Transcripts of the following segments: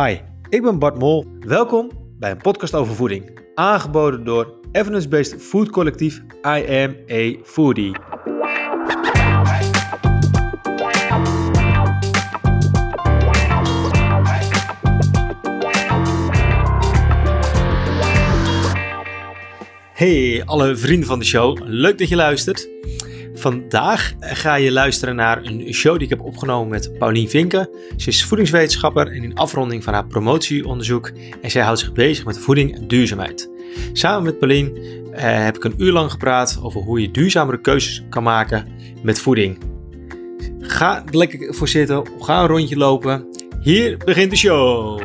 Hi, ik ben Bart Mol. Welkom bij een podcast over voeding. Aangeboden door evidence-based food collectief I Am a Foodie. Hey, alle vrienden van de show. Leuk dat je luistert. Vandaag ga je luisteren naar een show die ik heb opgenomen met Paulien Vinken. Ze is voedingswetenschapper en in afronding van haar promotieonderzoek. En zij houdt zich bezig met voeding en duurzaamheid. Samen met Paulien heb ik een uur lang gepraat over hoe je duurzamere keuzes kan maken met voeding. Ga er lekker voor zitten, ga een rondje lopen. Hier begint de show.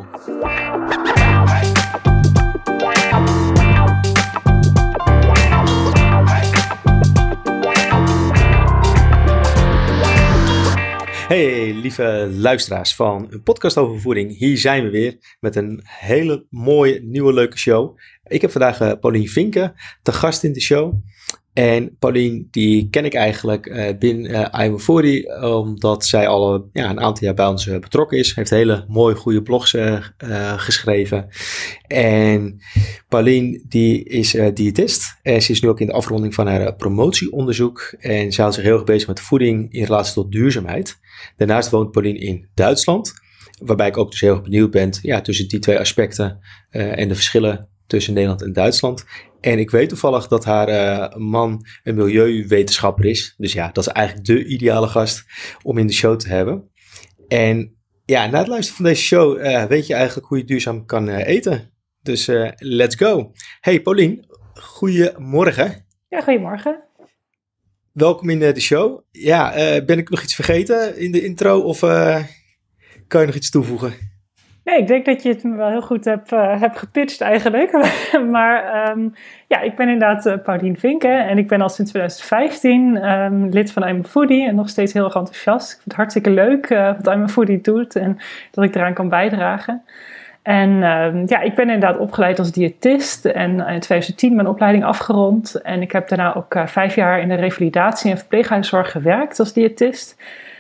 Hey lieve luisteraars van een podcast over voeding. Hier zijn we weer met een hele mooie, nieuwe, leuke show. Ik heb vandaag Paulien Vinken te gast in de show. En Paulien, die ken ik eigenlijk binnen I Am a Foodie, omdat zij al een aantal jaar bij ons betrokken is. Heeft hele mooie, goede blogs geschreven. En Paulien, die is diëtist. En ze is nu ook in de afronding van haar promotieonderzoek. En ze houdt zich heel erg bezig met voeding in relatie tot duurzaamheid. Daarnaast woont Paulien in Duitsland. Waarbij ik ook dus heel erg benieuwd ben tussen die twee aspecten en de verschillen tussen Nederland en Duitsland. En ik weet toevallig dat haar man een milieuwetenschapper is. Dus ja, dat is eigenlijk de ideale gast om in de show te hebben. En ja, na het luisteren van deze show weet je eigenlijk hoe je duurzaam kan eten. Dus let's go. Hey Paulien, goedemorgen. Ja, goedemorgen. Welkom in de show. Ja, ben ik nog iets vergeten in de intro of kan je nog iets toevoegen? Nee, ik denk dat je het me wel heel goed hebt gepitcht eigenlijk. Maar ik ben inderdaad Paulien Vinken en ik ben al sinds 2015 lid van I Am a Foodie en nog steeds heel erg enthousiast. Ik vind het hartstikke leuk wat I Am a Foodie doet en dat ik eraan kan bijdragen. En ik ben inderdaad opgeleid als diëtist en in 2010 mijn opleiding afgerond. En ik heb daarna ook 5 jaar in de revalidatie en verpleeghuiszorg gewerkt als diëtist.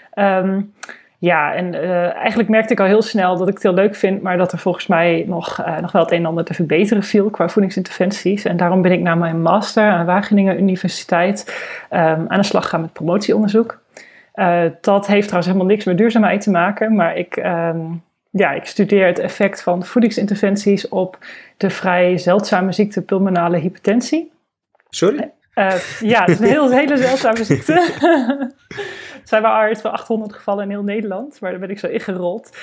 Eigenlijk merkte ik al heel snel dat ik het heel leuk vind, maar dat er volgens mij nog wel het een en ander te verbeteren viel qua voedingsinterventies. En daarom ben ik na mijn master aan Wageningen Universiteit aan de slag gegaan met promotieonderzoek. Dat heeft trouwens helemaal niks met duurzaamheid te maken, maar ik studeer het effect van voedingsinterventies op de vrij zeldzame ziekte pulmonale hypertensie. Sorry? Het is een hele zeldzame ziekte. Er zijn maar iets van 800 gevallen in heel Nederland, maar daar ben ik zo ingerold.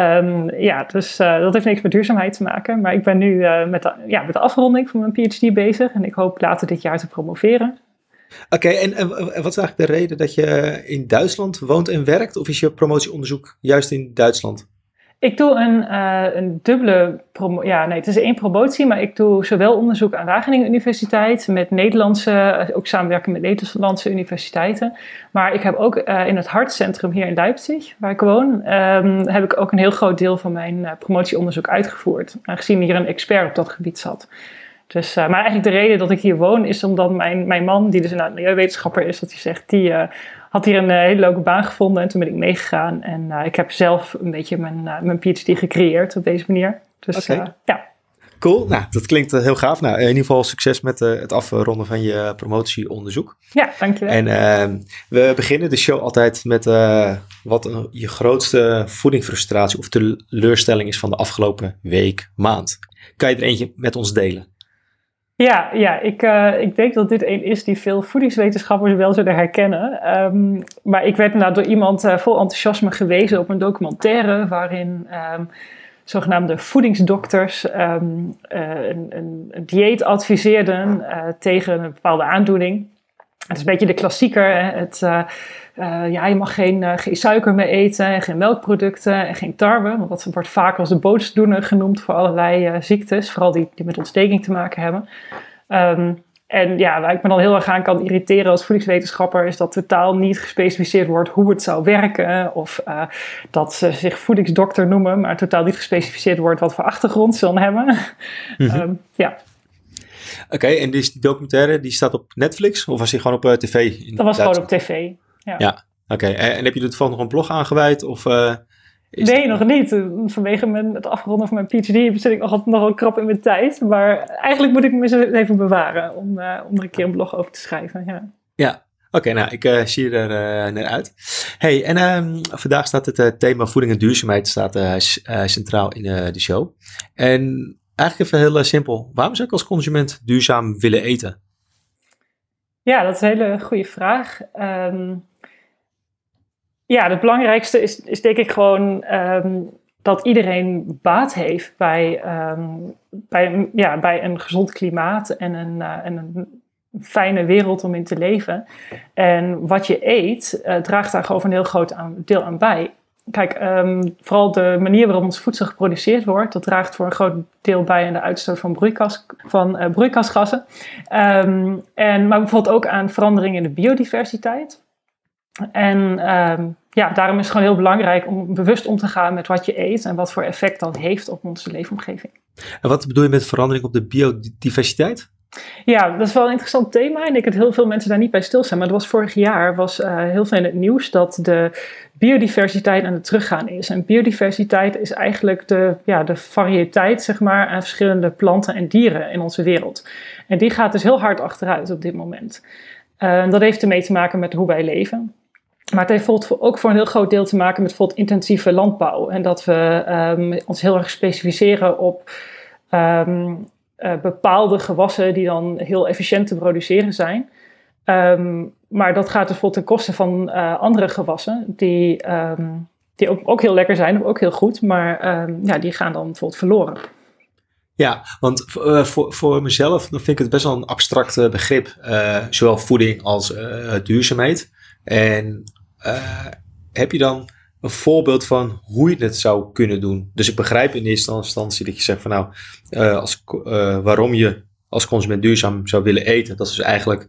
Dat heeft niks met duurzaamheid te maken. Maar ik ben nu met de afronding van mijn PhD bezig en ik hoop later dit jaar te promoveren. Oké, en wat is eigenlijk de reden dat je in Duitsland woont en werkt? Of is je promotieonderzoek juist in Duitsland? Ik doe een dubbele het is 1 promotie, maar ik doe zowel onderzoek aan Wageningen Universiteit met ook samenwerken met Nederlandse universiteiten. Maar ik heb ook in het hartcentrum hier in Leipzig, waar ik woon, heb ik ook een heel groot deel van mijn promotieonderzoek uitgevoerd. Aangezien hier een expert op dat gebied zat. Dus, maar eigenlijk de reden dat ik hier woon is omdat mijn man, die dus een milieuwetenschapper is, dat hij zegt, die had hier een hele leuke baan gevonden en toen ben ik meegegaan. En ik heb zelf een beetje mijn PhD gecreëerd op deze manier. Dus Cool, nou dat klinkt heel gaaf. Nou, in ieder geval succes met het afronden van je promotieonderzoek. Ja, dankjewel. En we beginnen de show altijd met wat je grootste voedingfrustratie of teleurstelling is van de afgelopen week, maand. Kan je er eentje met ons delen? Ja, ik denk dat dit een is die veel voedingswetenschappers wel zullen herkennen. Maar ik werd inderdaad door iemand vol enthousiasme gewezen op een documentaire waarin zogenaamde voedingsdokters een dieet adviseerden tegen een bepaalde aandoening. Het is een beetje de klassieker. Je mag geen suiker meer eten en geen melkproducten en geen tarwe. Want dat wordt vaak als de boosdoener genoemd voor allerlei ziektes. Vooral die met ontsteking te maken hebben. Waar ik me dan heel erg aan kan irriteren als voedingswetenschapper is dat totaal niet gespecificeerd wordt hoe het zou werken. Of dat ze zich voedingsdokter noemen, maar totaal niet gespecificeerd wordt wat voor achtergrond ze dan hebben. Mm-hmm. Oké, en die documentaire die staat op Netflix of was die gewoon op tv? Dat was gewoon op tv, ja. Oké, en heb je er toevallig nog een blog aangewijd of Nee, nog niet. Vanwege het afronden van mijn PhD zit ik nogal krap in mijn tijd. Maar eigenlijk moet ik me even bewaren om er een keer een blog over te schrijven. Ja. Oké, nou, ik zie er naar uit. Hey, en vandaag staat het thema voeding en duurzaamheid centraal in de show. En eigenlijk even heel simpel. Waarom zou ik als consument duurzaam willen eten? Ja, dat is een hele goede vraag. Het belangrijkste is denk ik gewoon dat iedereen baat heeft bij een gezond klimaat en een fijne wereld om in te leven. En wat je eet draagt daar gewoon een heel groot deel aan bij. Kijk, vooral de manier waarop ons voedsel geproduceerd wordt, dat draagt voor een groot deel bij aan de uitstoot van broeikasgassen. Maar bijvoorbeeld ook aan veranderingen in de biodiversiteit. En daarom is het gewoon heel belangrijk om bewust om te gaan met wat je eet en wat voor effect dat heeft op onze leefomgeving. En wat bedoel je met verandering op de biodiversiteit? Ja, dat is wel een interessant thema en ik denk dat heel veel mensen daar niet bij stilstaan. Maar vorig jaar was heel veel in het nieuws dat de biodiversiteit aan het teruggaan is. En biodiversiteit is eigenlijk de variëteit, zeg maar, aan verschillende planten en dieren in onze wereld. En die gaat dus heel hard achteruit op dit moment. Dat heeft ermee te maken met hoe wij leven. Maar het heeft ook voor een heel groot deel te maken met bijvoorbeeld intensieve landbouw. En dat we ons heel erg specificeren op bepaalde gewassen die dan heel efficiënt te produceren zijn. Maar dat gaat dus bijvoorbeeld ten koste van andere gewassen die ook heel lekker zijn, ook heel goed. Maar die gaan dan bijvoorbeeld verloren. Ja, want voor mezelf dan vind ik het best wel een abstract begrip. Zowel voeding als duurzaamheid. En heb je dan een voorbeeld van hoe je het zou kunnen doen? Dus ik begrijp in eerste instantie dat je zegt van waarom je als consument duurzaam zou willen eten. Dat is dus eigenlijk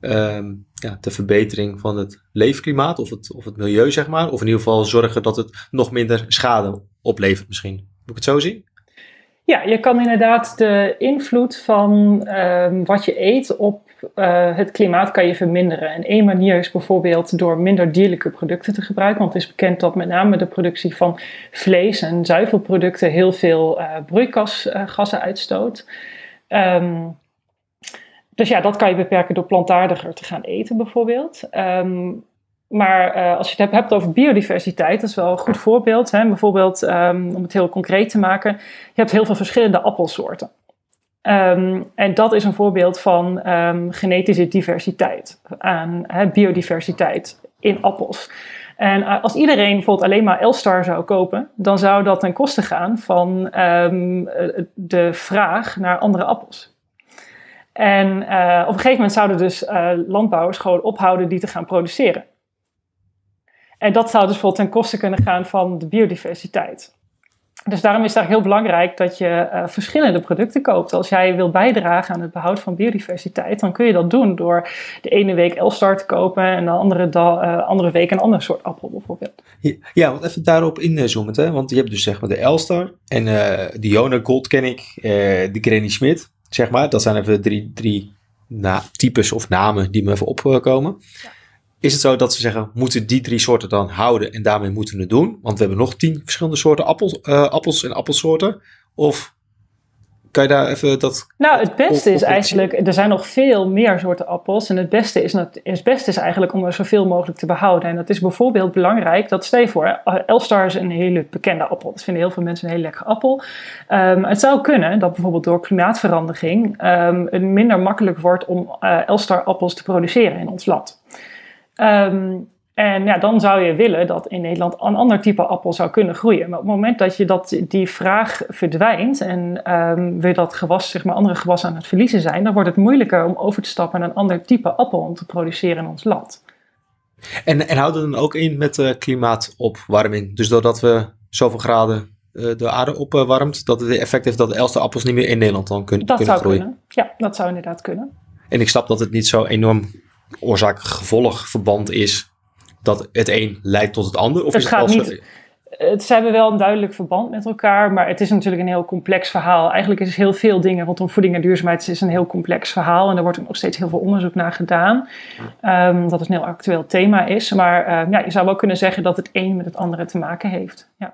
de verbetering van het leefklimaat of het milieu, zeg maar. Of in ieder geval zorgen dat het nog minder schade oplevert misschien. Moet ik het zo zien? Ja, je kan inderdaad de invloed van wat je eet op het klimaat kan je verminderen. En één manier is bijvoorbeeld door minder dierlijke producten te gebruiken. Want het is bekend dat met name de productie van vlees en zuivelproducten heel veel broeikasgassen uitstoot. Dus dat kan je beperken door plantaardiger te gaan eten bijvoorbeeld. Maar als je het hebt over biodiversiteit, dat is wel een goed voorbeeld. Hè? Bijvoorbeeld, om het heel concreet te maken, je hebt heel veel verschillende appelsoorten. En dat is een voorbeeld van genetische diversiteit, aan biodiversiteit in appels. En als iedereen bijvoorbeeld alleen maar Elstar zou kopen, dan zou dat ten koste gaan van de vraag naar andere appels. En op een gegeven moment zouden dus landbouwers gewoon ophouden die te gaan produceren. En dat zou dus bijvoorbeeld ten koste kunnen gaan van de biodiversiteit. Dus daarom is het eigenlijk heel belangrijk dat je verschillende producten koopt. Als jij wil bijdragen aan het behoud van biodiversiteit, dan kun je dat doen door de ene week Elstar te kopen en de andere week een ander soort appel bijvoorbeeld. Ja, want even daarop inzoomen. Hè? Want je hebt dus zeg maar de Elstar en de Jona Gold ken ik, de Granny Smith, zeg maar. Dat zijn even drie types of namen die me even opkomen. Ja. Is het zo dat ze zeggen, moeten die 3 soorten dan houden en daarmee moeten we het doen? Want we hebben nog 10 verschillende soorten appels en appelsoorten. Of kan je daar even dat... Nou, het beste is eigenlijk, er zijn nog veel meer soorten appels. En het beste is eigenlijk om er zoveel mogelijk te behouden. En dat is bijvoorbeeld belangrijk, dat stel je voor, Elstar is een hele bekende appel. Dat vinden heel veel mensen een hele lekkere appel. Het zou kunnen dat bijvoorbeeld door klimaatverandering het minder makkelijk wordt om Elstar appels te produceren in ons land. Dan zou je willen dat in Nederland een ander type appel zou kunnen groeien. Maar op het moment dat die vraag verdwijnt en weer dat gewas, zeg maar, andere gewassen aan het verliezen zijn, dan wordt het moeilijker om over te stappen naar een ander type appel om te produceren in ons land. En houdt het dan ook in met klimaatopwarming? Dus doordat we zoveel graden de aarde opwarmt, dat het effect heeft dat de Elstar appels niet meer in Nederland dan kunnen groeien? Dat zou kunnen. Ja, dat zou inderdaad kunnen. En ik snap dat het niet zo enorm oorzaak-gevolg verband is dat het een leidt tot het ander? Of ze hebben wel een duidelijk verband met elkaar, maar het is natuurlijk een heel complex verhaal. Eigenlijk is heel veel dingen rondom voeding en duurzaamheid is een heel complex verhaal en er wordt ook nog steeds heel veel onderzoek naar gedaan. Dat het een heel actueel thema is, maar je zou wel kunnen zeggen dat het een met het andere te maken heeft. Ja.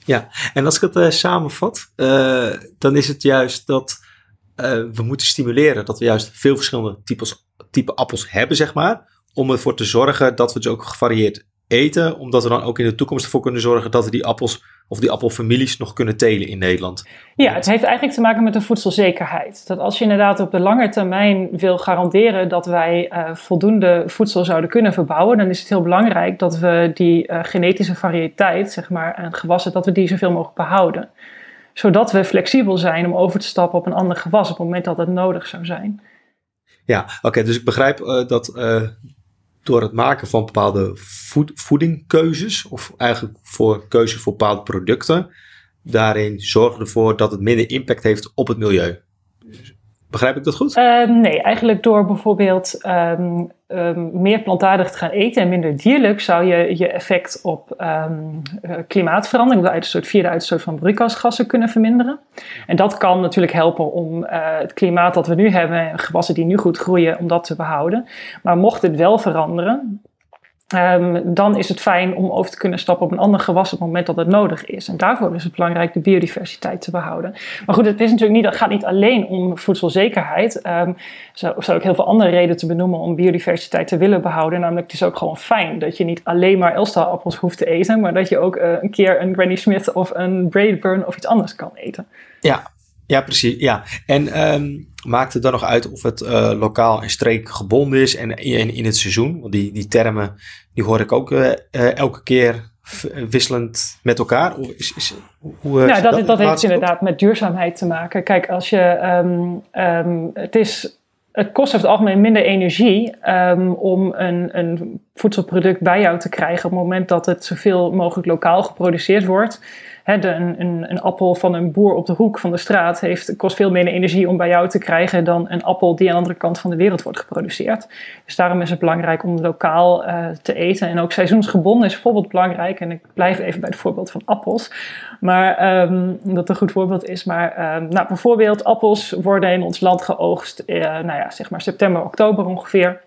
Ja, en als ik het samenvat, dan is het juist dat we moeten stimuleren dat we juist veel verschillende type appels hebben, zeg maar. Om ervoor te zorgen dat we dus ook gevarieerd eten. Omdat we dan ook in de toekomst ervoor kunnen zorgen dat we die appels of die appelfamilies nog kunnen telen in Nederland. Ja, het heeft eigenlijk te maken met de voedselzekerheid. Dat als je inderdaad op de lange termijn wil garanderen dat wij voldoende voedsel zouden kunnen verbouwen, dan is het heel belangrijk dat we die genetische variëteit, zeg maar, aan gewassen, dat we die zoveel mogelijk behouden. Zodat we flexibel zijn om over te stappen op een ander gewas op het moment dat het nodig zou zijn. Ja, oké, dus ik begrijp dat door het maken van bepaalde voedingkeuzes, of eigenlijk voor keuzes voor bepaalde producten, daarin zorgen ervoor dat het minder impact heeft op het milieu. Begrijp ik dat goed? Nee, eigenlijk door bijvoorbeeld meer plantaardig te gaan eten en minder dierlijk zou je effect op klimaatverandering, via de uitstoot van broeikasgassen kunnen verminderen. En dat kan natuurlijk helpen om het klimaat dat we nu hebben, en gewassen die nu goed groeien, om dat te behouden. Maar mocht het wel veranderen, dan is het fijn om over te kunnen stappen op een ander gewas op het moment dat het nodig is. En daarvoor is het belangrijk de biodiversiteit te behouden. Maar goed, het is natuurlijk het gaat niet alleen om voedselzekerheid. Zo ook heel veel andere redenen te benoemen om biodiversiteit te willen behouden. Namelijk, het is ook gewoon fijn dat je niet alleen maar Elstar-appels hoeft te eten, maar dat je ook een keer een Granny Smith of een Braeburn of iets anders kan eten. Ja, precies. Ja. En maakt het dan nog uit of het lokaal en streek gebonden is en in het seizoen? Want die termen die hoor ik ook elke keer wisselend met elkaar. Dat heeft inderdaad met duurzaamheid te maken. Kijk, als je het kost over het algemeen minder energie om een voedselproduct bij jou te krijgen op het moment dat het zoveel mogelijk lokaal geproduceerd wordt. Een appel van een boer op de hoek van de straat kost veel minder energie om bij jou te krijgen dan een appel die aan de andere kant van de wereld wordt geproduceerd. Dus daarom is het belangrijk om lokaal te eten. En ook seizoensgebonden is bijvoorbeeld belangrijk. En ik blijf even bij het voorbeeld van appels. Maar omdat het een goed voorbeeld is. Maar bijvoorbeeld appels worden in ons land geoogst zeg maar september, oktober ongeveer.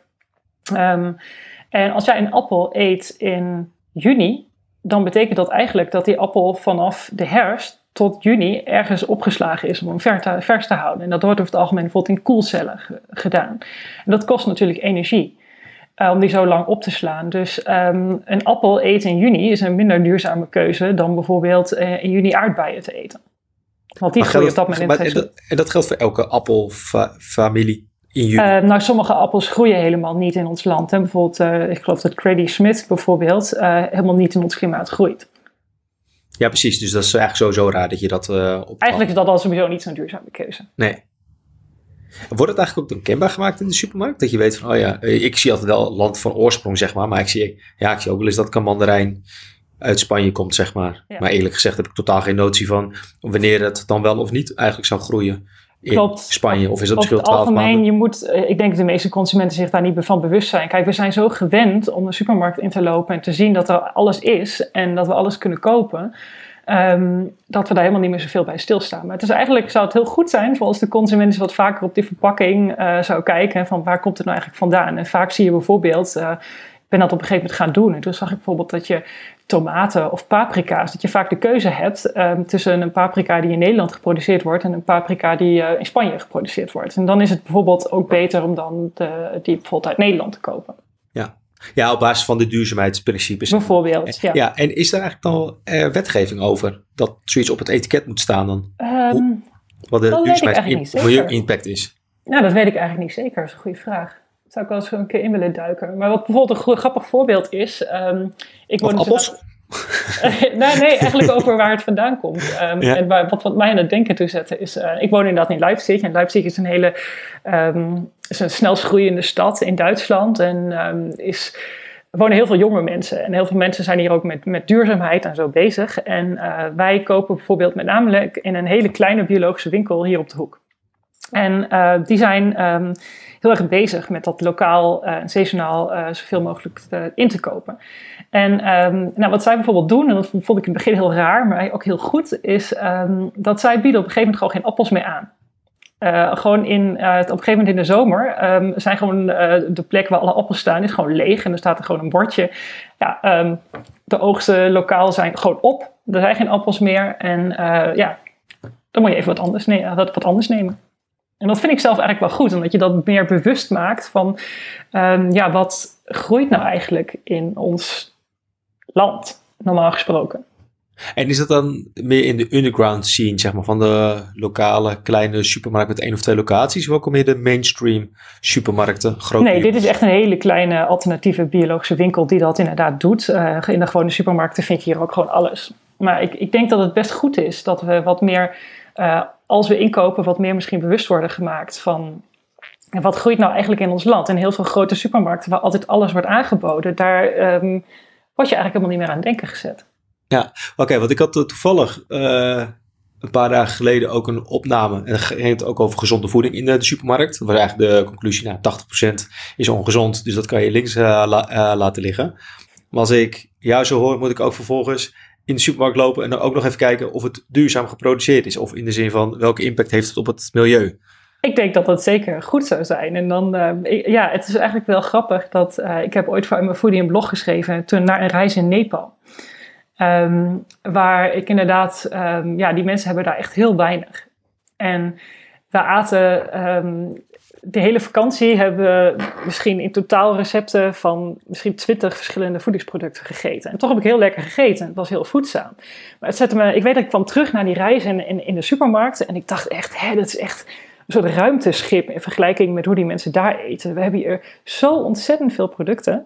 En als jij een appel eet in juni, dan betekent dat eigenlijk dat die appel vanaf de herfst tot juni ergens opgeslagen is om hem vers te houden. En dat wordt over het algemeen bijvoorbeeld in koelcellen gedaan. En dat kost natuurlijk energie om die zo lang op te slaan. Dus een appel eten in juni is een minder duurzame keuze dan bijvoorbeeld in juni aardbeien te eten. Want die groeien op dat moment in het seizoen. En dat geldt voor elke appelfamilie? Sommige appels groeien helemaal niet in ons land. Hè. Bijvoorbeeld, ik geloof dat Granny Smith bijvoorbeeld helemaal niet in ons klimaat groeit. Ja, precies. Dus dat is eigenlijk sowieso raar dat je dat Eigenlijk is dat al sowieso niet zo'n duurzame keuze. Nee. Wordt het eigenlijk ook dan kenbaar gemaakt in de supermarkt? Dat je weet van, ik zie altijd wel land van oorsprong, zeg maar. Ik zie ook wel eens dat een mandarijn uit Spanje komt, zeg maar. Ja. Maar eerlijk gezegd heb ik totaal geen notie van wanneer het dan wel of niet eigenlijk zou groeien. In Spanje, of is dat misschien 12 maanden? Ik denk dat de meeste consumenten zich daar niet van bewust zijn. Kijk, we zijn zo gewend om de supermarkt in te lopen en te zien dat er alles is en dat we alles kunnen kopen, dat we daar helemaal niet meer zoveel bij stilstaan. Maar zou het heel goed zijn voor als de consument wat vaker op die verpakking zou kijken van waar komt het nou eigenlijk vandaan. En vaak zie je bijvoorbeeld, ik ben dat op een gegeven moment gaan doen en toen zag ik bijvoorbeeld dat je tomaten of paprika's, dat je vaak de keuze hebt tussen een paprika die in Nederland geproduceerd wordt en een paprika die in Spanje geproduceerd wordt. En dan is het bijvoorbeeld ook beter om dan die bijvoorbeeld uit Nederland te kopen. Ja, op basis van de duurzaamheidsprincipes. Bijvoorbeeld, ja. Ja, en is daar eigenlijk al wetgeving over dat zoiets op het etiket moet staan dan? Wat de duurzaamheids-milieu-impact is? Nou, dat weet ik eigenlijk niet zeker. Dat is een goede vraag. Dat zou ik wel eens een keer in willen duiken. Maar wat bijvoorbeeld een grappig voorbeeld is... appels? Nee, eigenlijk over waar het vandaan komt. En wat mij aan het denken toe zette is... ik woon inderdaad in Leipzig. En Leipzig is is een snel groeiende stad in Duitsland. En er wonen heel veel jonge mensen. En heel veel mensen zijn hier ook met duurzaamheid en zo bezig. En wij kopen bijvoorbeeld met name in een hele kleine biologische winkel hier op de hoek. En die zijn heel erg bezig met dat lokaal en sezonaal zoveel mogelijk in te kopen. En wat zij bijvoorbeeld doen, en dat vond ik in het begin heel raar, maar ook heel goed, is dat zij bieden op een gegeven moment gewoon geen appels meer aan. Gewoon op een gegeven moment in de zomer zijn gewoon de plek waar alle appels staan is gewoon leeg. En er staat er gewoon een bordje. Ja, de oogsten lokaal zijn gewoon op. Er zijn geen appels meer. En dan moet je even wat anders nemen. En dat vind ik zelf eigenlijk wel goed. Omdat je dat meer bewust maakt van wat groeit nou eigenlijk in ons land, normaal gesproken. En is dat dan meer in de underground scene, zeg maar, van de lokale kleine supermarkt met 1 of 2 locaties? Of ook meer de mainstream supermarkten? Nee, dit is echt een hele kleine alternatieve biologische winkel die dat inderdaad doet. In de gewone supermarkten vind je hier ook gewoon alles. Maar ik denk dat het best goed is dat we wat meer, als we inkopen, wat meer misschien bewust worden gemaakt van wat groeit nou eigenlijk in ons land. En heel veel grote supermarkten waar altijd alles wordt aangeboden, daar word je eigenlijk helemaal niet meer aan het denken gezet. Ja, oké, want ik had toevallig een paar dagen geleden ook een opname. En dan ging het ook over gezonde voeding in de supermarkt. Dat was eigenlijk de conclusie, 80% is ongezond. Dus dat kan je links laten liggen. Maar als ik jou zo hoor, moet ik ook vervolgens in de supermarkt lopen en dan ook nog even kijken of het duurzaam geproduceerd is. Of in de zin van welke impact heeft het op het milieu. Ik denk dat dat zeker goed zou zijn. En dan, het is eigenlijk wel grappig dat ik heb ooit voor mijn foodie een blog geschreven toen naar een reis in Nepal. Waar ik inderdaad, die mensen hebben daar echt heel weinig. En we aten de hele vakantie, hebben we misschien in totaal recepten van misschien 20 verschillende voedingsproducten gegeten. En toch heb ik heel lekker gegeten. Het was heel voedzaam. Maar het zette me, ik weet dat ik kwam terug naar die reis in de supermarkt. En ik dacht echt, dat is echt een soort ruimteschip in vergelijking met hoe die mensen daar eten. We hebben hier zo ontzettend veel producten.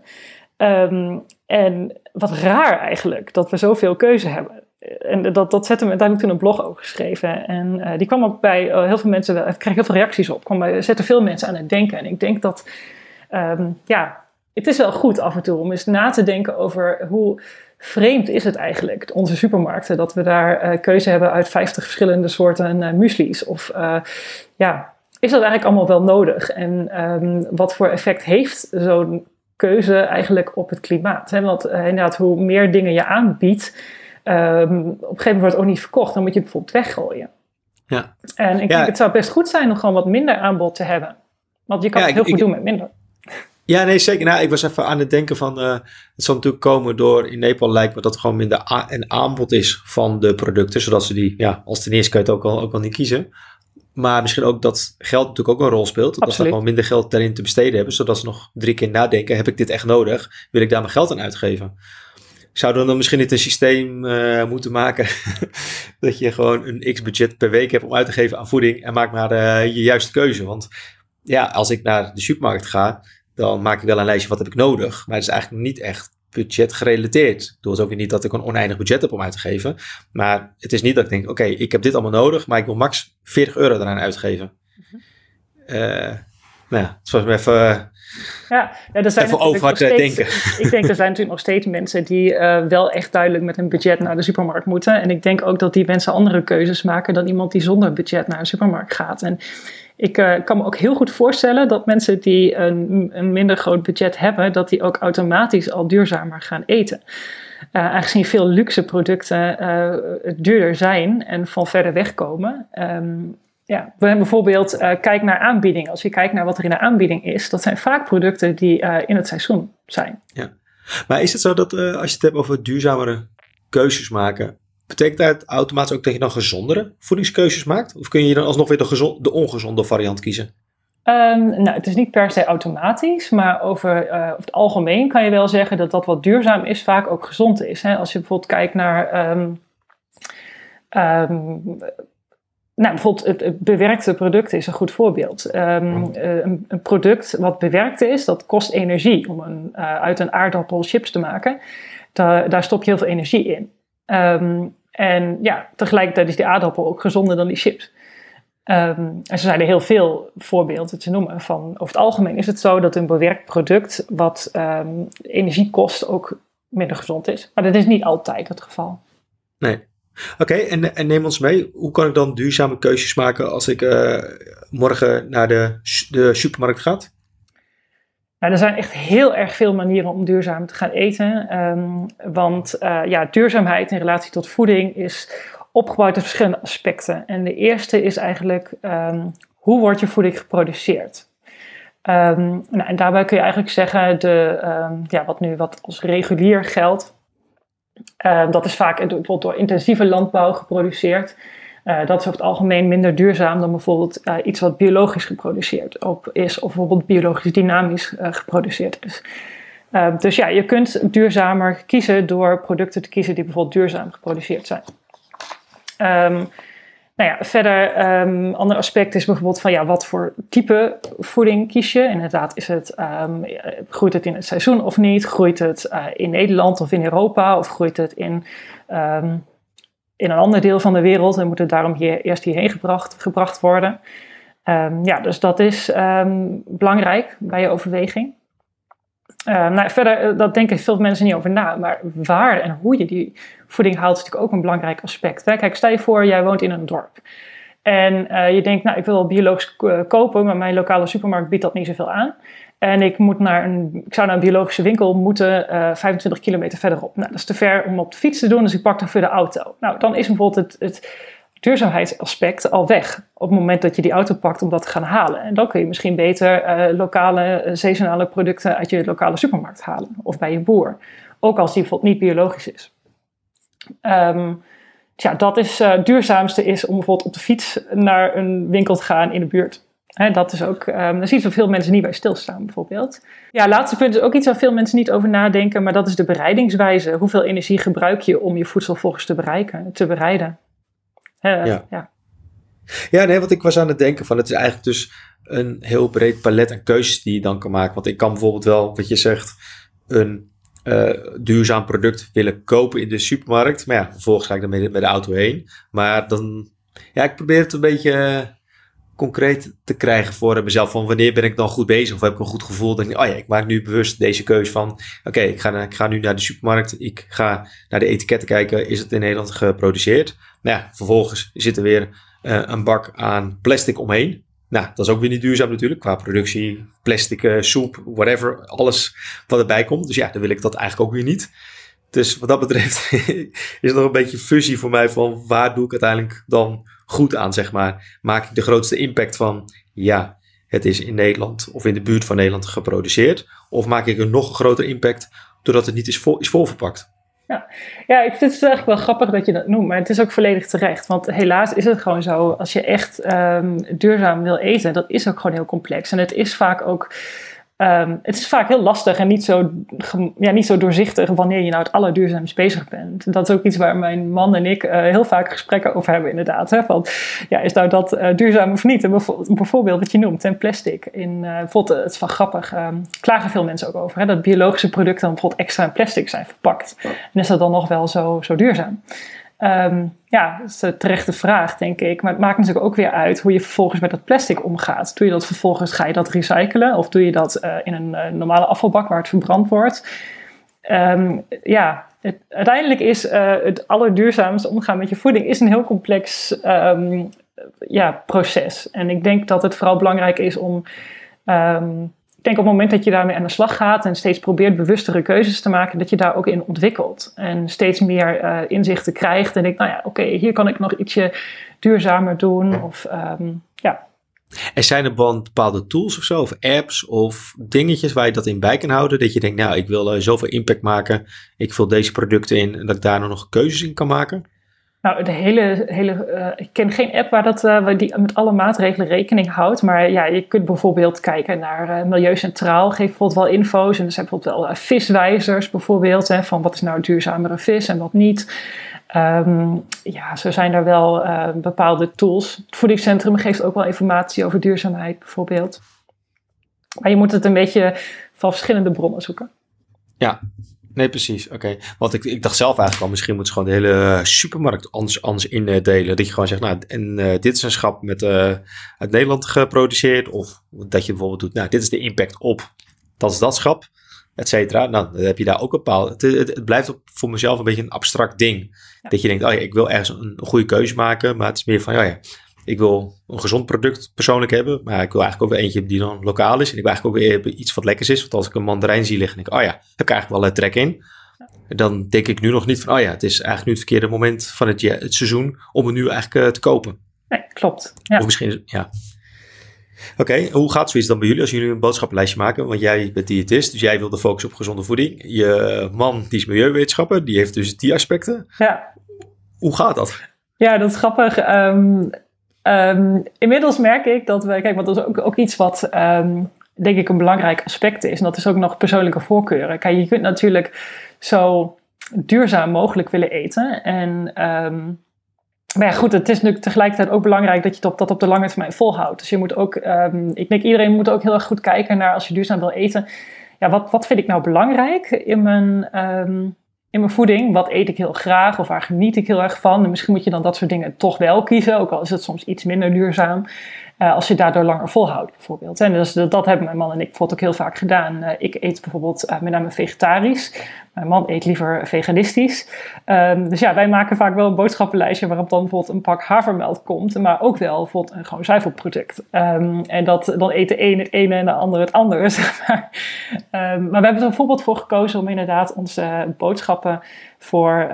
En wat raar eigenlijk, dat we zoveel keuze hebben. En dat zette me, daar heb ik toen een blog over geschreven. En die kwam ook bij heel veel mensen, ik kreeg heel veel reacties op. Zette veel mensen aan het denken. En ik denk dat, het is wel goed af en toe om eens na te denken over hoe vreemd is het eigenlijk, onze supermarkten. Dat we daar keuze hebben uit 50 verschillende soorten muesli's. Of is dat eigenlijk allemaal wel nodig? En wat voor effect heeft zo'n keuze eigenlijk op het klimaat? Hè? Want inderdaad, hoe meer dingen je aanbiedt, op een gegeven moment wordt het ook niet verkocht. Dan moet je het bijvoorbeeld weggooien. Ja. En ik denk het zou best goed zijn om gewoon wat minder aanbod te hebben. Want je kan het heel goed doen met minder. Ja, nee, zeker. Nou, ik was even aan het denken van, het zal natuurlijk komen door, in Nepal lijkt me dat er gewoon minder een aanbod is van de producten. Zodat ze die, als ten eerste kan je het ook al niet kiezen. Maar misschien ook dat geld natuurlijk ook een rol speelt. Dat ze gewoon minder geld daarin te besteden hebben. Zodat ze nog 3 keer nadenken, heb ik dit echt nodig? Wil ik daar mijn geld aan uitgeven? Zouden we dan misschien niet een systeem moeten maken dat je gewoon een x-budget per week hebt om uit te geven aan voeding en maak maar je juiste keuze. Want als ik naar de supermarkt ga, dan maak ik wel een lijstje wat heb ik nodig. Maar het is eigenlijk niet echt budget gerelateerd. Ik bedoel, het is ook weer niet dat ik een oneindig budget heb om uit te geven. Maar het is niet dat ik denk, oké, ik heb dit allemaal nodig, maar ik wil max €40 eraan uitgeven. Het was me even... er zijn even over hard denken. Ik denk, er zijn natuurlijk nog steeds mensen die wel echt duidelijk met een budget naar de supermarkt moeten. En ik denk ook dat die mensen andere keuzes maken dan iemand die zonder budget naar een supermarkt gaat. En ik kan me ook heel goed voorstellen dat mensen die een minder groot budget hebben, dat die ook automatisch al duurzamer gaan eten. Aangezien veel luxe producten duurder zijn en van verder weg komen. We hebben bijvoorbeeld, kijk naar aanbieding. Als je kijkt naar wat er in de aanbieding is, dat zijn vaak producten die in het seizoen zijn. Ja. Maar is het zo dat als je het hebt over duurzamere keuzes maken, betekent dat automatisch ook dat je dan gezondere voedingskeuzes maakt? Of kun je dan alsnog weer de ongezonde variant kiezen? Het is niet per se automatisch, maar over het algemeen kan je wel zeggen dat wat duurzaam is vaak ook gezond is. Hè? Als je bijvoorbeeld kijkt naar bijvoorbeeld het bewerkte product is een goed voorbeeld. Een product wat bewerkt is, dat kost energie om uit een aardappel chips te maken. Daar stop je heel veel energie in. En tegelijkertijd is die aardappel ook gezonder dan die chips. En zo zijn er heel veel voorbeelden te noemen. Over het algemeen is het zo dat een bewerkt product wat energie kost ook minder gezond is. Maar dat is niet altijd het geval. Nee. Oké, en neem ons mee. Hoe kan ik dan duurzame keuzes maken als ik morgen naar de supermarkt ga? Er zijn echt heel erg veel manieren om duurzaam te gaan eten. Want duurzaamheid in relatie tot voeding is opgebouwd uit verschillende aspecten. En de eerste is eigenlijk, hoe wordt je voeding geproduceerd? En daarbij kun je eigenlijk zeggen, wat als regulier geldt, dat is vaak bijvoorbeeld door intensieve landbouw geproduceerd. Dat is over het algemeen minder duurzaam dan bijvoorbeeld iets wat biologisch geproduceerd is, of bijvoorbeeld biologisch dynamisch geproduceerd is. Dus ja, je kunt duurzamer kiezen door producten te kiezen die bijvoorbeeld duurzaam geproduceerd zijn. Verder, een ander aspect is bijvoorbeeld van wat voor type voeding kies je. Inderdaad, groeit het in het seizoen of niet? Groeit het in Nederland of in Europa? Of groeit het in een ander deel van de wereld en moet het daarom eerst hierheen gebracht worden? Dus dat is belangrijk bij je overweging. Verder, dat denken veel mensen niet over na, maar waar en hoe je die voeding haalt is natuurlijk ook een belangrijk aspect. Hè? Kijk, stel je voor, jij woont in een dorp. En je denkt, ik wil wel biologisch kopen, maar mijn lokale supermarkt biedt dat niet zoveel aan. En ik zou naar een biologische winkel moeten 25 kilometer verderop. Dat is te ver om op de fiets te doen, dus ik pak dan voor de auto. Dan is bijvoorbeeld het duurzaamheidsaspect al weg op het moment dat je die auto pakt om dat te gaan halen. En dan kun je misschien beter lokale, seasonale producten uit je lokale supermarkt halen. Of bij je boer. Ook als die bijvoorbeeld niet biologisch is. Dat is het duurzaamste is om bijvoorbeeld op de fiets naar een winkel te gaan in de buurt. Dat is ook, daar zie je zoveel mensen niet bij stilstaan bijvoorbeeld. Ja, laatste punt is ook iets waar veel mensen niet over nadenken, maar dat is de bereidingswijze. Hoeveel energie gebruik je om je voedsel volgens te bereiden? Want ik was aan het denken van het is eigenlijk dus een heel breed palet aan keuzes die je dan kan maken. Want ik kan bijvoorbeeld wel, wat je zegt, een duurzaam product willen kopen in de supermarkt. Maar vervolgens ga ik dan met de auto heen. Maar dan, ik probeer het een beetje concreet te krijgen voor mezelf. Van wanneer ben ik dan goed bezig? Of heb ik een goed gevoel? Dan denk ik, ik maak nu bewust deze keuze van oké, ik ga nu naar de supermarkt. Ik ga naar de etiketten kijken. Is het in Nederland geproduceerd? Vervolgens zit er weer een bak aan plastic omheen. Dat is ook weer niet duurzaam natuurlijk. Qua productie, plastic, soep, whatever. Alles wat erbij komt. Dus dan wil ik dat eigenlijk ook weer niet. Dus wat dat betreft is er nog een beetje fusie voor mij van waar doe ik uiteindelijk dan goed aan, zeg maar. Maak ik de grootste impact van het is in Nederland of in de buurt van Nederland geproduceerd. Of maak ik een nog grotere impact doordat het niet is volverpakt. Ik vind het eigenlijk wel grappig dat je dat noemt, maar het is ook volledig terecht. Want helaas is het gewoon zo, als je echt duurzaam wil eten, dat is ook gewoon heel complex. En het is vaak ook heel lastig en niet zo doorzichtig wanneer je het allerduurzaamst bezig bent. Dat is ook iets waar mijn man en ik heel vaak gesprekken over hebben inderdaad. Hè? Van, is nou dat duurzaam of niet? En bijvoorbeeld wat je noemt, en plastic. Bijvoorbeeld, het is wel grappig, klagen veel mensen ook over. Hè? Dat biologische producten dan bijvoorbeeld extra in plastic zijn verpakt. En is dat dan nog wel zo duurzaam? Dat is een terechte vraag, denk ik. Maar het maakt natuurlijk ook weer uit hoe je vervolgens met dat plastic omgaat. Doe je dat vervolgens, ga je dat recyclen? Of doe je dat in een normale afvalbak waar het verbrand wordt? Uiteindelijk is het allerduurzaamste omgaan met je voeding is een heel complex proces. En ik denk dat het vooral belangrijk is om... Ik denk op het moment dat je daarmee aan de slag gaat en steeds probeert bewustere keuzes te maken, dat je daar ook in ontwikkelt. En steeds meer inzichten krijgt en denkt, hier kan ik nog ietsje duurzamer doen. Of, En zijn er bepaalde tools of zo, of apps of dingetjes waar je dat in bij kan houden? Dat je denkt, ik wil zoveel impact maken, ik vul deze producten in en dat ik daar nog keuzes in kan maken? Ik ken geen app waar die met alle maatregelen rekening houdt. Maar je kunt bijvoorbeeld kijken naar Milieu Centraal. Geeft bijvoorbeeld wel info's. En er zijn bijvoorbeeld wel viswijzers bijvoorbeeld. Hè, van wat is nou duurzamere vis en wat niet. Zo zijn er wel bepaalde tools. Het voedingscentrum geeft ook wel informatie over duurzaamheid bijvoorbeeld. Maar je moet het een beetje van verschillende bronnen zoeken. Ja. Nee, precies. Oké. Want ik dacht zelf eigenlijk al, misschien moeten ze gewoon de hele supermarkt anders indelen. Dat je gewoon zegt, dit is een schap uit Nederland geproduceerd. Of dat je bijvoorbeeld doet, dit is de impact op dat schap, et cetera. Dan heb je daar ook een bepaald... Het blijft voor mezelf een beetje een abstract ding. Ja. Dat je denkt, ik wil ergens een goede keuze maken. Maar het is meer van, ik wil een gezond product persoonlijk hebben. Maar ik wil eigenlijk ook weer eentje die dan lokaal is. En ik wil eigenlijk ook weer iets wat lekkers is. Want als ik een mandarijn zie liggen, denk ik, heb ik eigenlijk wel trek in. Dan denk ik nu nog niet van, het is eigenlijk nu het verkeerde moment van het seizoen om het nu eigenlijk te kopen. Nee, klopt. Ja. Of misschien, Oké, hoe gaat zoiets dan bij jullie als jullie een boodschappenlijstje maken? Want jij bent diëtist, dus jij wil de focus op gezonde voeding. Je man, die is milieuwetenschapper, die heeft dus die aspecten. Ja. Hoe gaat dat? Ja, dat is grappig. Inmiddels merk ik dat we... Kijk, want dat is ook iets wat denk ik een belangrijk aspect is. En dat is ook nog persoonlijke voorkeuren. Kijk, je kunt natuurlijk zo duurzaam mogelijk willen eten. Maar ja, goed, het is natuurlijk tegelijkertijd ook belangrijk dat je dat op de lange termijn volhoudt. Dus je moet ook, ik denk iedereen moet ook heel erg goed kijken naar als je duurzaam wil eten. Ja, wat vind ik nou belangrijk in mijn voeding? Wat eet ik heel graag of waar geniet ik heel erg van? En misschien moet je dan dat soort dingen toch wel kiezen, ook al is het soms iets minder duurzaam. Als je daardoor langer volhoudt bijvoorbeeld. En dus dat hebben mijn man en ik bijvoorbeeld ook heel vaak gedaan. Ik eet bijvoorbeeld met name vegetarisch. Mijn man eet liever veganistisch. Dus ja, wij maken vaak wel een boodschappenlijstje waarop dan bijvoorbeeld een pak havermelk komt. Maar ook wel bijvoorbeeld een gewoon zuivelproduct. En dan eet de een het ene en de ander het andere. Zeg maar. Maar we hebben er bijvoorbeeld voor gekozen om inderdaad onze boodschappen voor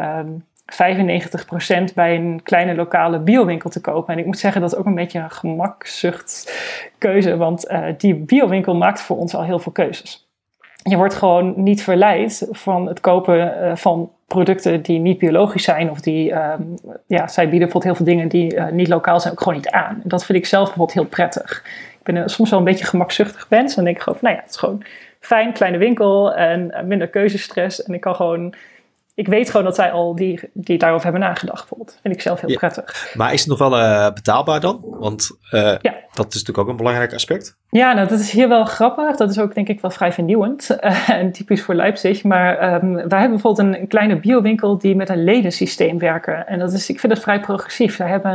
95% bij een kleine lokale biowinkel te kopen. En ik moet zeggen, dat is ook een beetje een gemakzuchtkeuze, want die biowinkel maakt voor ons al heel veel keuzes. Je wordt gewoon niet verleid van het kopen van producten die niet biologisch zijn of die, zij bieden bijvoorbeeld heel veel dingen die niet lokaal zijn ook gewoon niet aan. En dat vind ik zelf bijvoorbeeld heel prettig. Ik ben soms wel een beetje gemakzuchtig mens en denk ik gewoon, het is gewoon fijn, kleine winkel en minder keuzestress en ik weet gewoon dat zij al die daarover hebben nagedacht, bijvoorbeeld. Vind ik zelf heel prettig. Maar is het nog wel betaalbaar dan? Want dat is natuurlijk ook een belangrijk aspect. Ja, nou, dat is hier wel grappig. Dat is ook denk ik wel vrij vernieuwend. En typisch voor Leipzig. Maar wij hebben bijvoorbeeld een kleine biowinkel die met een ledensysteem werken. En ik vind het vrij progressief.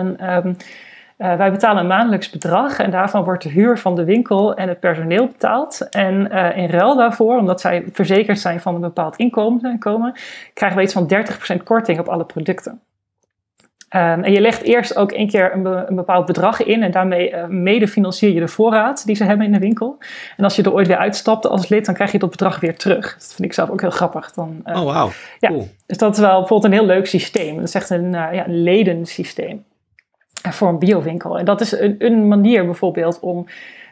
Wij betalen een maandelijks bedrag en daarvan wordt de huur van de winkel en het personeel betaald. En in ruil daarvoor, omdat zij verzekerd zijn van een bepaald inkomen, krijgen we iets van 30% korting op alle producten. En je legt eerst ook 1 keer een bepaald bedrag in en daarmee mede financier je de voorraad die ze hebben in de winkel. En als je er ooit weer uitstapt als lid, dan krijg je dat bedrag weer terug. Dat vind ik zelf ook heel grappig. Oh, wauw. Ja, cool. Dus dat is wel bijvoorbeeld een heel leuk systeem. Dat is echt een ledensysteem voor een biowinkel. En dat is een manier bijvoorbeeld om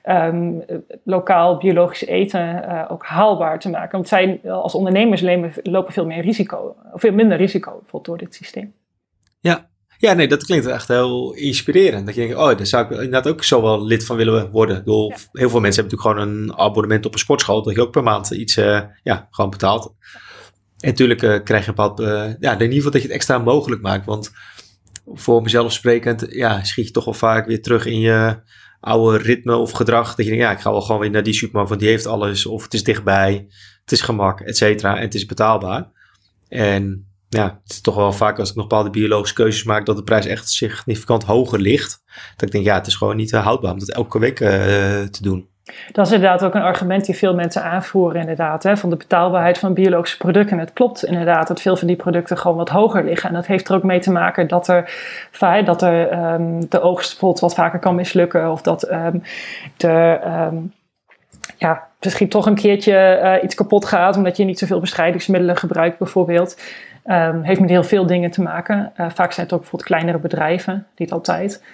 lokaal biologisch eten ook haalbaar te maken. Want zij als ondernemers lopen veel meer risico, of veel minder risico bijvoorbeeld door dit systeem. Ja, nee, dat klinkt echt heel inspirerend. Dat je denkt, daar zou ik inderdaad ook zo wel lid van willen worden. Heel veel mensen hebben natuurlijk gewoon een abonnement op een sportschool, dat je ook per maand iets gewoon betaalt. En natuurlijk krijg je een bepaald, in ieder geval dat je het extra mogelijk maakt. Want voor mezelf sprekend, schiet je toch wel vaak weer terug in je oude ritme of gedrag. Dat je denkt, ik ga wel gewoon weer naar die supermarkt, want die heeft alles. Of het is dichtbij, het is gemak, et cetera. En het is betaalbaar. En het is toch wel vaak als ik nog bepaalde biologische keuzes maak, dat de prijs echt significant hoger ligt. Dat ik denk, het is gewoon niet houdbaar om dat elke week te doen. Dat is inderdaad ook een argument die veel mensen aanvoeren inderdaad, van de betaalbaarheid van biologische producten. En het klopt inderdaad dat veel van die producten gewoon wat hoger liggen. En dat heeft er ook mee te maken dat er de oogst bijvoorbeeld wat vaker kan mislukken. Of dat misschien toch een keertje iets kapot gaat omdat je niet zoveel bestrijdingsmiddelen gebruikt bijvoorbeeld. Heeft met heel veel dingen te maken. Vaak zijn het ook bijvoorbeeld kleinere bedrijven, niet altijd.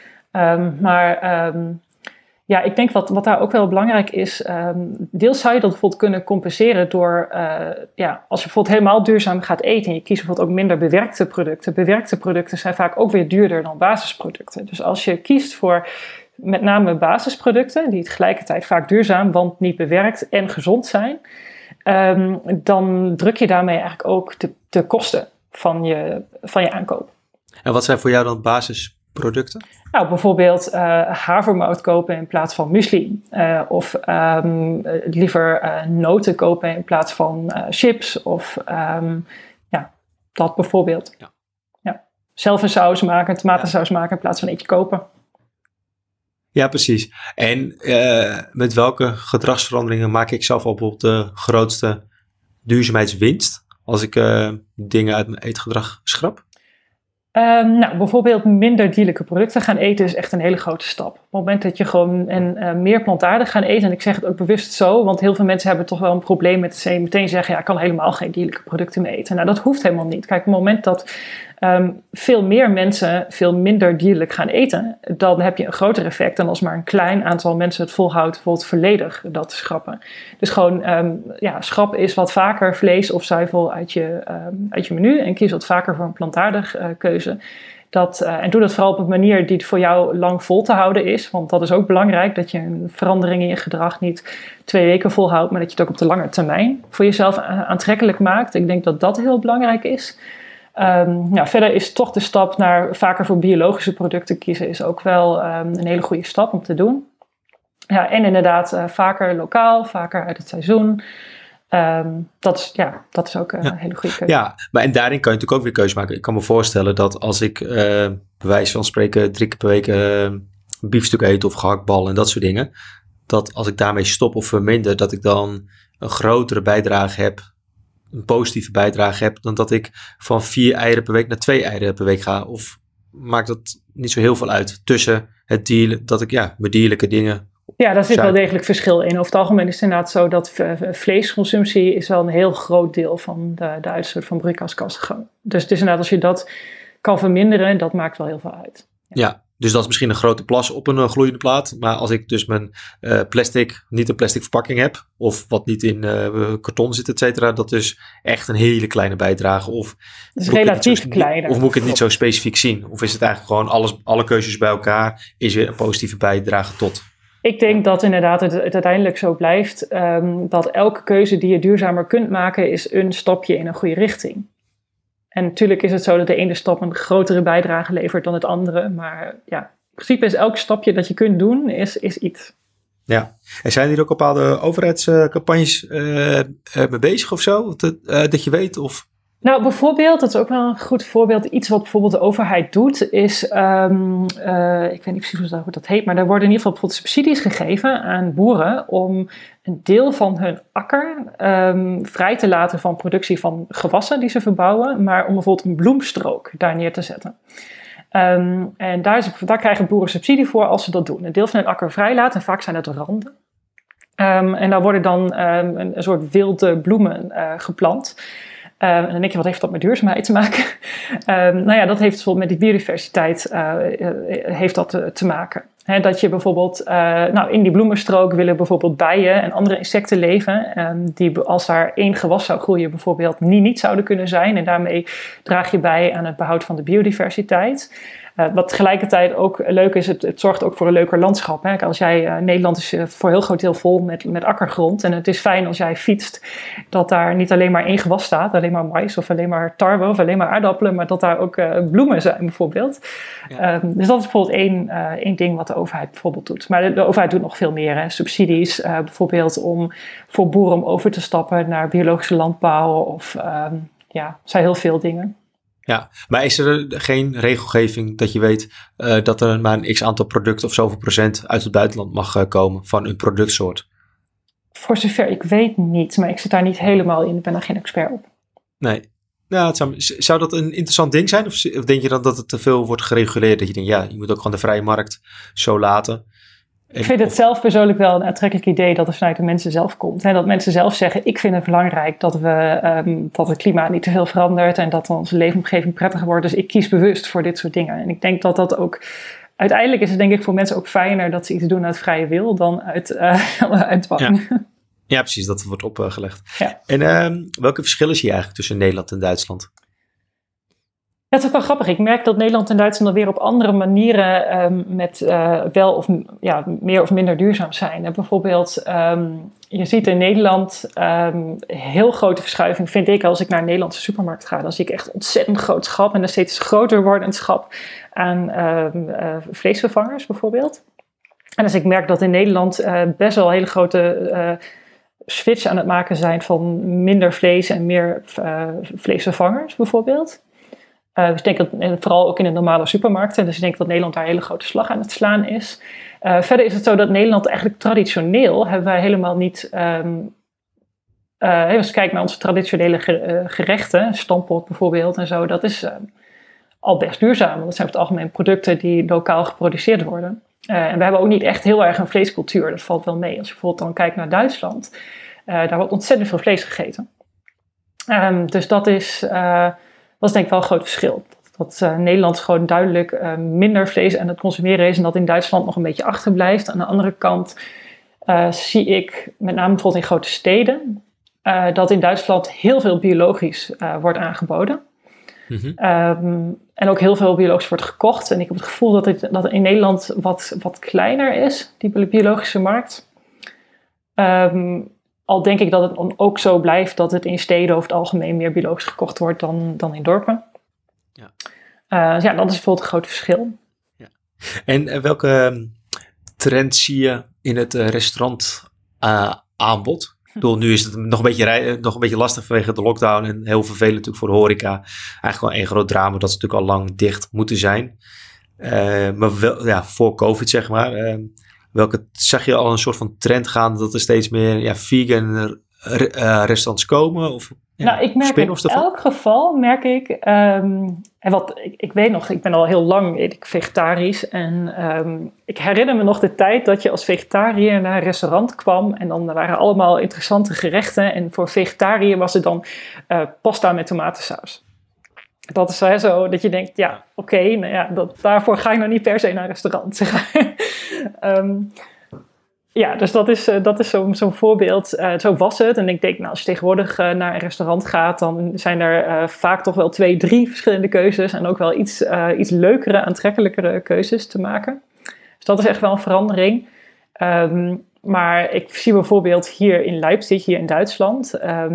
Ik denk wat daar ook wel belangrijk is, deels zou je dat bijvoorbeeld kunnen compenseren door, als je bijvoorbeeld helemaal duurzaam gaat eten en je kiest bijvoorbeeld ook minder bewerkte producten. Bewerkte producten zijn vaak ook weer duurder dan basisproducten. Dus als je kiest voor met name basisproducten, die tegelijkertijd vaak duurzaam, want niet bewerkt en gezond zijn, dan druk je daarmee eigenlijk ook de kosten van je aankoop. En wat zijn voor jou dan basisproducten? Nou, bijvoorbeeld havermout kopen in plaats van muesli. Of liever noten kopen in plaats van chips. Of dat bijvoorbeeld. Ja. Zelf een saus maken, een tomatensaus maken in plaats van eentje kopen. Ja, precies. En met welke gedragsveranderingen maak ik zelf al bijvoorbeeld de grootste duurzaamheidswinst als ik dingen uit mijn eetgedrag schrap? Bijvoorbeeld minder dierlijke producten gaan eten is echt een hele grote stap. Op het moment dat je gewoon meer plantaardig gaat eten, en ik zeg het ook bewust zo, want heel veel mensen hebben toch wel een probleem met meteen zeggen, ik kan helemaal geen dierlijke producten meer eten. Nou, dat hoeft helemaal niet. Kijk, op het moment dat veel meer mensen veel minder dierlijk gaan eten, dan heb je een groter effect dan als maar een klein aantal mensen het volhoudt bijvoorbeeld volledig dat te schrappen. Dus gewoon schrap is wat vaker vlees of zuivel uit je menu en kies wat vaker voor een plantaardig keuze. En doe dat vooral op een manier die het voor jou lang vol te houden is. Want dat is ook belangrijk, dat je een verandering in je gedrag niet 2 weken volhoudt, maar dat je het ook op de lange termijn voor jezelf aantrekkelijk maakt. Ik denk dat dat heel belangrijk is. Verder is toch de stap naar vaker voor biologische producten kiezen is ook wel een hele goede stap om te doen. Ja, en inderdaad vaker lokaal, vaker uit het seizoen. Dat is ook een hele goede keuze. Ja, maar en daarin kan je natuurlijk ook weer keuze maken. Ik kan me voorstellen dat als ik bij wijze van spreken 3 keer per week biefstuk eet of gehaktbal en dat soort dingen, dat als ik daarmee stop of verminder, dat ik dan een grotere bijdrage heb, een positieve bijdrage heb, dan dat ik van 4 eieren per week naar 2 eieren per week ga. Of maakt dat niet zo heel veel uit tussen het dealen, dat ik mijn dierlijke dingen. Ja, daar zit wel degelijk verschil in. Over het algemeen is het inderdaad zo dat vleesconsumptie is wel een heel groot deel van de uitstoot van broeikasgassen. Dus het is inderdaad, als je dat kan verminderen, dat maakt wel heel veel uit. Ja, dus dat is misschien een grote plas op een gloeiende plaat. Maar als ik dus mijn niet een plastic verpakking heb, of wat niet in karton zit, et cetera, dat is echt een hele kleine bijdrage. Of het is relatief kleiner. Of moet ik het niet zo specifiek zien? Of is het eigenlijk gewoon alle keuzes bij elkaar is weer een positieve bijdrage tot? Ik denk dat inderdaad het uiteindelijk zo blijft. Dat elke keuze die je duurzamer kunt maken is een stapje in een goede richting. En natuurlijk is het zo dat de ene stap een grotere bijdrage levert dan het andere. Maar ja, in principe is elk stapje dat je kunt doen, is iets. Ja, en zijn hier ook bepaalde overheidscampagnes mee bezig of zo? Dat je weet of... Nou, bijvoorbeeld, dat is ook wel een goed voorbeeld. Iets wat bijvoorbeeld de overheid doet, is, ik weet niet precies hoe dat heet, maar er worden in ieder geval bijvoorbeeld subsidies gegeven aan boeren om een deel van hun akker vrij te laten van productie van gewassen die ze verbouwen, maar om bijvoorbeeld een bloemstrook daar neer te zetten. En daar krijgen boeren subsidie voor als ze dat doen. Een deel van hun akker vrij laten, en vaak zijn het randen. En daar worden dan een soort wilde bloemen geplant. En dan denk je, wat heeft dat met duurzaamheid te maken? Dat heeft bijvoorbeeld met die biodiversiteit heeft dat te maken. Dat je bijvoorbeeld, in die bloemenstrook willen bijvoorbeeld bijen en andere insecten leven. Die als daar 1 gewas zou groeien bijvoorbeeld niet zouden kunnen zijn. En daarmee draag je bij aan het behoud van de biodiversiteit. Wat tegelijkertijd ook leuk is, het zorgt ook voor een leuker landschap. Hè? Als jij, Nederland is voor een heel groot deel vol met akkergrond. En het is fijn als jij fietst dat daar niet alleen maar 1 gewas staat. Alleen maar mais of alleen maar tarwe of alleen maar aardappelen. Maar dat daar ook bloemen zijn bijvoorbeeld. Ja. Dus dat is bijvoorbeeld één ding wat de overheid bijvoorbeeld doet. Maar de overheid doet nog veel meer. Hè? Subsidies bijvoorbeeld voor boeren om over te stappen naar biologische landbouw. Of zijn heel veel dingen. Ja, maar is er geen regelgeving dat je weet dat er maar een x-aantal producten of zoveel procent uit het buitenland mag komen van een productsoort? Voor zover ik weet niet, maar ik zit daar niet helemaal in. Ik ben daar geen expert op. Nee. Nou, zou dat een interessant ding zijn? Of denk je dan dat het te veel wordt gereguleerd? Dat je denkt, je moet ook gewoon de vrije markt zo laten. Ik vind het zelf persoonlijk wel een aantrekkelijk idee dat het vanuit de mensen zelf komt. En dat mensen zelf zeggen, ik vind het belangrijk dat het klimaat niet te veel verandert en dat onze leefomgeving prettiger wordt. Dus ik kies bewust voor dit soort dingen. En ik denk dat dat ook, uiteindelijk is het denk ik voor mensen ook fijner dat ze iets doen uit vrije wil dan uit dwang. Ja, precies, dat wordt opgelegd. Ja. En welke verschillen zie je eigenlijk tussen Nederland en Duitsland? Dat is ook wel grappig. Ik merk dat Nederland en Duitsland weer op andere manieren meer of minder duurzaam zijn. En bijvoorbeeld, je ziet in Nederland heel grote verschuiving, vind ik, als ik naar een Nederlandse supermarkt ga. Dan zie ik echt ontzettend groot schap en een steeds groter wordend schap aan vleesvervangers bijvoorbeeld. En dus ik merk dat in Nederland best wel hele grote switch aan het maken zijn van minder vlees en meer vleesvervangers bijvoorbeeld. Dus ik denk dat, en vooral ook in de normale supermarkten, dus ik denk dat Nederland daar een hele grote slag aan het slaan is. Verder is het zo dat Nederland eigenlijk traditioneel hebben wij helemaal niet, als je kijkt naar onze traditionele gerechten, stampot bijvoorbeeld en zo, dat is al best duurzaam. Want dat zijn over het algemeen producten die lokaal geproduceerd worden. En we hebben ook niet echt heel erg een vleescultuur, dat valt wel mee. Als je bijvoorbeeld dan kijkt naar Duitsland, daar wordt ontzettend veel vlees gegeten. Dus dat is denk ik wel een groot verschil. Dat het dat Nederland gewoon duidelijk minder vlees aan het consumeren is en dat in Duitsland nog een beetje achterblijft. Aan de andere kant zie ik, met name bijvoorbeeld in grote steden, dat in Duitsland heel veel biologisch wordt aangeboden. Mm-hmm. En ook heel veel biologisch wordt gekocht. En ik heb het gevoel dat het in Nederland wat kleiner is, die biologische markt. Al denk ik dat het dan ook zo blijft dat het in steden over het algemeen meer biologisch gekocht wordt dan in dorpen. Ja. Dus dat is bijvoorbeeld een groot verschil. Ja. En welke trend zie je in het restaurant aanbod? Ik bedoel, nu is het nog een beetje lastig vanwege de lockdown en heel vervelend natuurlijk voor de horeca. Eigenlijk gewoon één groot drama dat ze natuurlijk al lang dicht moeten zijn. Maar wel, voor COVID zeg maar. Zag je al een soort van trend gaan dat er steeds meer vegan restaurants komen? Of, ik merk in elk geval, en ik weet nog, ik ben al heel lang vegetarisch en ik herinner me nog de tijd dat je als vegetariër naar een restaurant kwam en dan waren allemaal interessante gerechten en voor vegetariër was het dan pasta met tomatensaus. Dat is zo dat je denkt, daarvoor ga ik nog niet per se naar een restaurant. Zeg maar. Dus dat is zo'n voorbeeld. Zo was het. En ik denk, als je tegenwoordig naar een restaurant gaat, dan zijn er vaak toch wel 2, 3 verschillende keuzes. En ook wel iets leukere, aantrekkelijkere keuzes te maken. Dus dat is echt wel een verandering. Maar ik zie bijvoorbeeld hier in Leipzig, hier in Duitsland,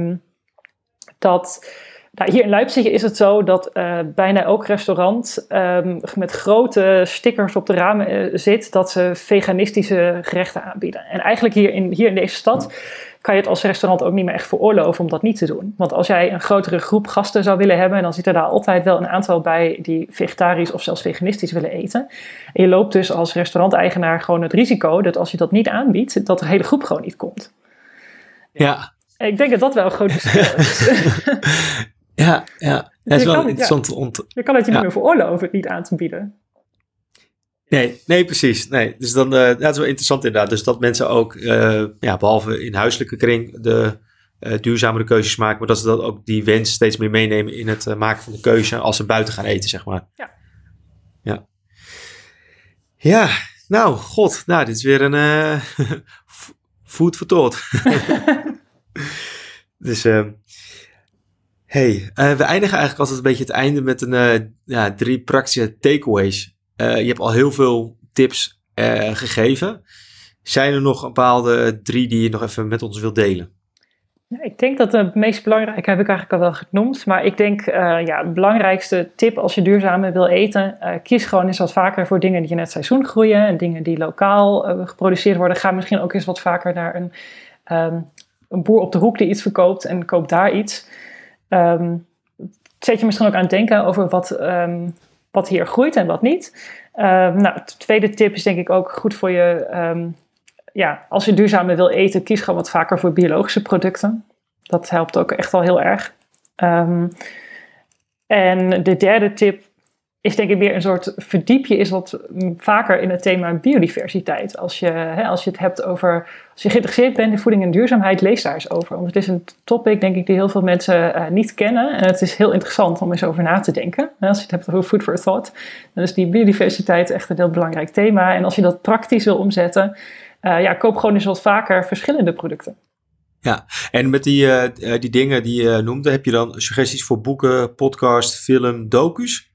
hier in Leipzig is het zo dat bijna elk restaurant met grote stickers op de ramen zit dat ze veganistische gerechten aanbieden. En eigenlijk hier in deze stad kan je het als restaurant ook niet meer echt veroorloven om dat niet te doen. Want als jij een grotere groep gasten zou willen hebben, dan zit er daar altijd wel een aantal bij die vegetarisch of zelfs veganistisch willen eten. En je loopt dus als restauranteigenaar gewoon het risico dat als je dat niet aanbiedt, dat de hele groep gewoon niet komt. Ja. En ik denk dat dat wel een groot verschil is. Ja, dat is wel interessant. Je kan het je niet meer veroorloven het niet aan te bieden. Nee, precies. Nee. Dus dan, dat is wel interessant inderdaad. Dus dat mensen ook, behalve in huiselijke kring, de duurzamere keuzes maken, maar dat ze dat ook die wens steeds meer meenemen in het maken van de keuze als ze buiten gaan eten, zeg maar. Ja, nou, dit is weer een food for thought. Dus, we eindigen eigenlijk altijd een beetje het einde met een 3 praktische takeaways. Je hebt al heel veel tips gegeven. Zijn er nog een bepaalde 3 die je nog even met ons wilt delen? Ik denk dat de meest belangrijke heb ik eigenlijk al wel genoemd. Maar ik denk, de belangrijkste tip als je duurzamer wil eten, kies gewoon eens wat vaker voor dingen die in het seizoen groeien. En dingen die lokaal geproduceerd worden. Ga misschien ook eens wat vaker naar een boer op de hoek die iets verkoopt en koop daar iets. Zet je misschien ook aan het denken over wat hier groeit en wat niet. De tweede tip is denk ik ook goed voor je. Als je duurzamer wil eten, kies gewoon wat vaker voor biologische producten. Dat helpt ook echt wel heel erg. En de derde tip is denk ik weer een soort verdiep je is wat vaker in het thema biodiversiteit. Als je het hebt over, als je geïnteresseerd bent in voeding en duurzaamheid, lees daar eens over. Want het is een topic denk ik die heel veel mensen niet kennen. En het is heel interessant om eens over na te denken. Als je het hebt over food for thought, dan is die biodiversiteit echt een heel belangrijk thema. En als je dat praktisch wil omzetten, koop gewoon eens wat vaker verschillende producten. Ja, en met die dingen die je noemde, heb je dan suggesties voor boeken, podcast, film, docus?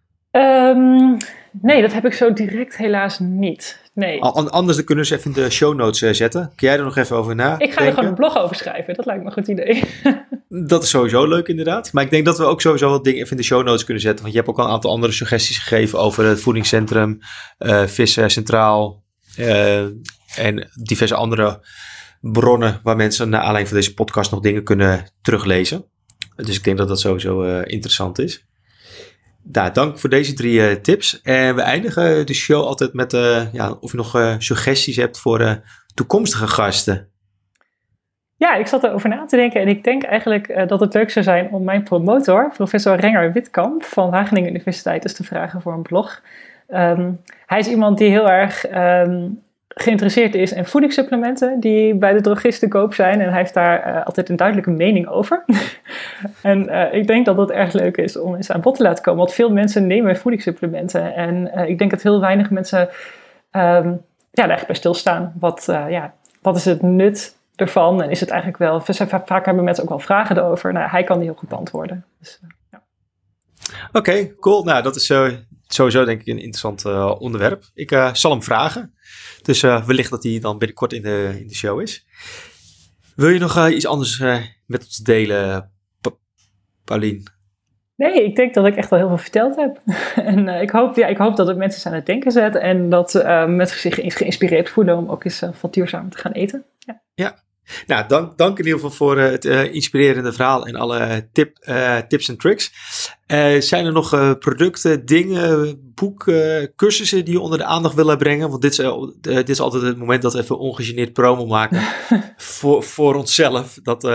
Nee, dat heb ik zo direct helaas niet. Nee. Anders dan kunnen we ze even in de show notes zetten. Kun jij er nog even over na? Ik ga er gewoon een blog over schrijven. Dat lijkt me een goed idee. Dat is sowieso leuk inderdaad. Maar ik denk dat we ook sowieso wat dingen even in de show notes kunnen zetten. Want je hebt ook al een aantal andere suggesties gegeven over het voedingscentrum, Vissen Centraal en diverse andere bronnen waar mensen naar aanleiding van deze podcast nog dingen kunnen teruglezen. Dus ik denk dat dat sowieso interessant is. Dank voor deze 3 tips. En we eindigen de show altijd met of je nog suggesties hebt voor toekomstige gasten. Ja, ik zat erover na te denken en ik denk eigenlijk dat het leuk zou zijn om mijn promotor, professor Renger Witkamp van Wageningen Universiteit, eens te vragen voor een blog. Hij is iemand die heel erg geïnteresseerd is in voedingssupplementen die bij de drogist te koop zijn. En hij heeft daar altijd een duidelijke mening over. En ik denk dat dat erg leuk is om eens aan bod te laten komen. Want veel mensen nemen voedingssupplementen. En ik denk dat heel weinig mensen daar echt bij stilstaan. Wat is het nut ervan? En is het eigenlijk wel... Vaak hebben mensen ook wel vragen erover. Nou, hij kan die heel goed beantwoorden. Dus, ja. Oké, cool. Nou, dat is sowieso denk ik een interessant onderwerp. Ik zal hem vragen. Dus wellicht dat hij dan binnenkort in de show is. Wil je nog iets anders met ons delen, Paulien? Nee, ik denk dat ik echt wel heel veel verteld heb. En ik hoop dat het mensen aan het denken zet. En dat mensen zich geïnspireerd voelen om ook eens wat duurzamer te gaan eten. Ja. Nou, dank in ieder geval voor het inspirerende verhaal en alle tips en tricks. Zijn er nog producten, dingen, boeken, cursussen die je onder de aandacht willen brengen? Want dit is altijd het moment dat we even ongegeneerd promo maken voor onszelf.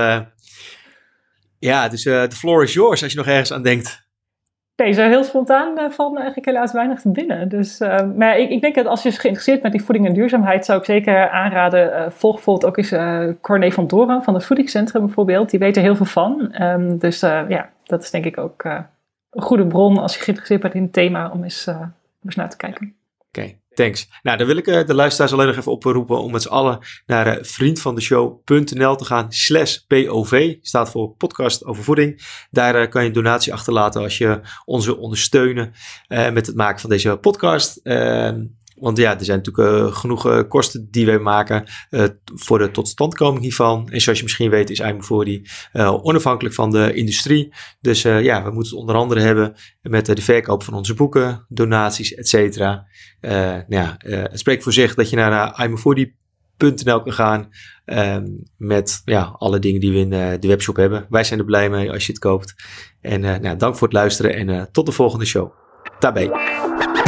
Dus the floor is yours als je nog ergens aan denkt. Nee, zo heel spontaan valt me eigenlijk helaas weinig te binnen. Dus, maar ik denk dat als je is geïnteresseerd met die voeding en duurzaamheid, zou ik zeker aanraden, volg bijvoorbeeld ook eens Corné van Doren van het Voedingscentrum bijvoorbeeld. Die weet er heel veel van. Dat is denk ik ook een goede bron als je geïnteresseerd bent in het thema om eens naar te kijken. Oké, thanks. Nou, dan wil ik de luisteraars alleen nog even oproepen om met z'n allen naar vriendvandeshow.nl te gaan. /POV, staat voor podcast over voeding. Daar kan je een donatie achterlaten als je ons wil ondersteunen met het maken van deze podcast. Want ja, er zijn natuurlijk genoeg kosten die wij maken voor de totstandkoming hiervan. En zoals je misschien weet is iMoveFoodie onafhankelijk van de industrie. Dus we moeten het onder andere hebben met de verkoop van onze boeken, donaties, et cetera. Het spreekt voor zich dat je naar iMoveFoodie.nl kan gaan met alle dingen die we in de webshop hebben. Wij zijn er blij mee als je het koopt. En dank voor het luisteren en tot de volgende show. Tabé.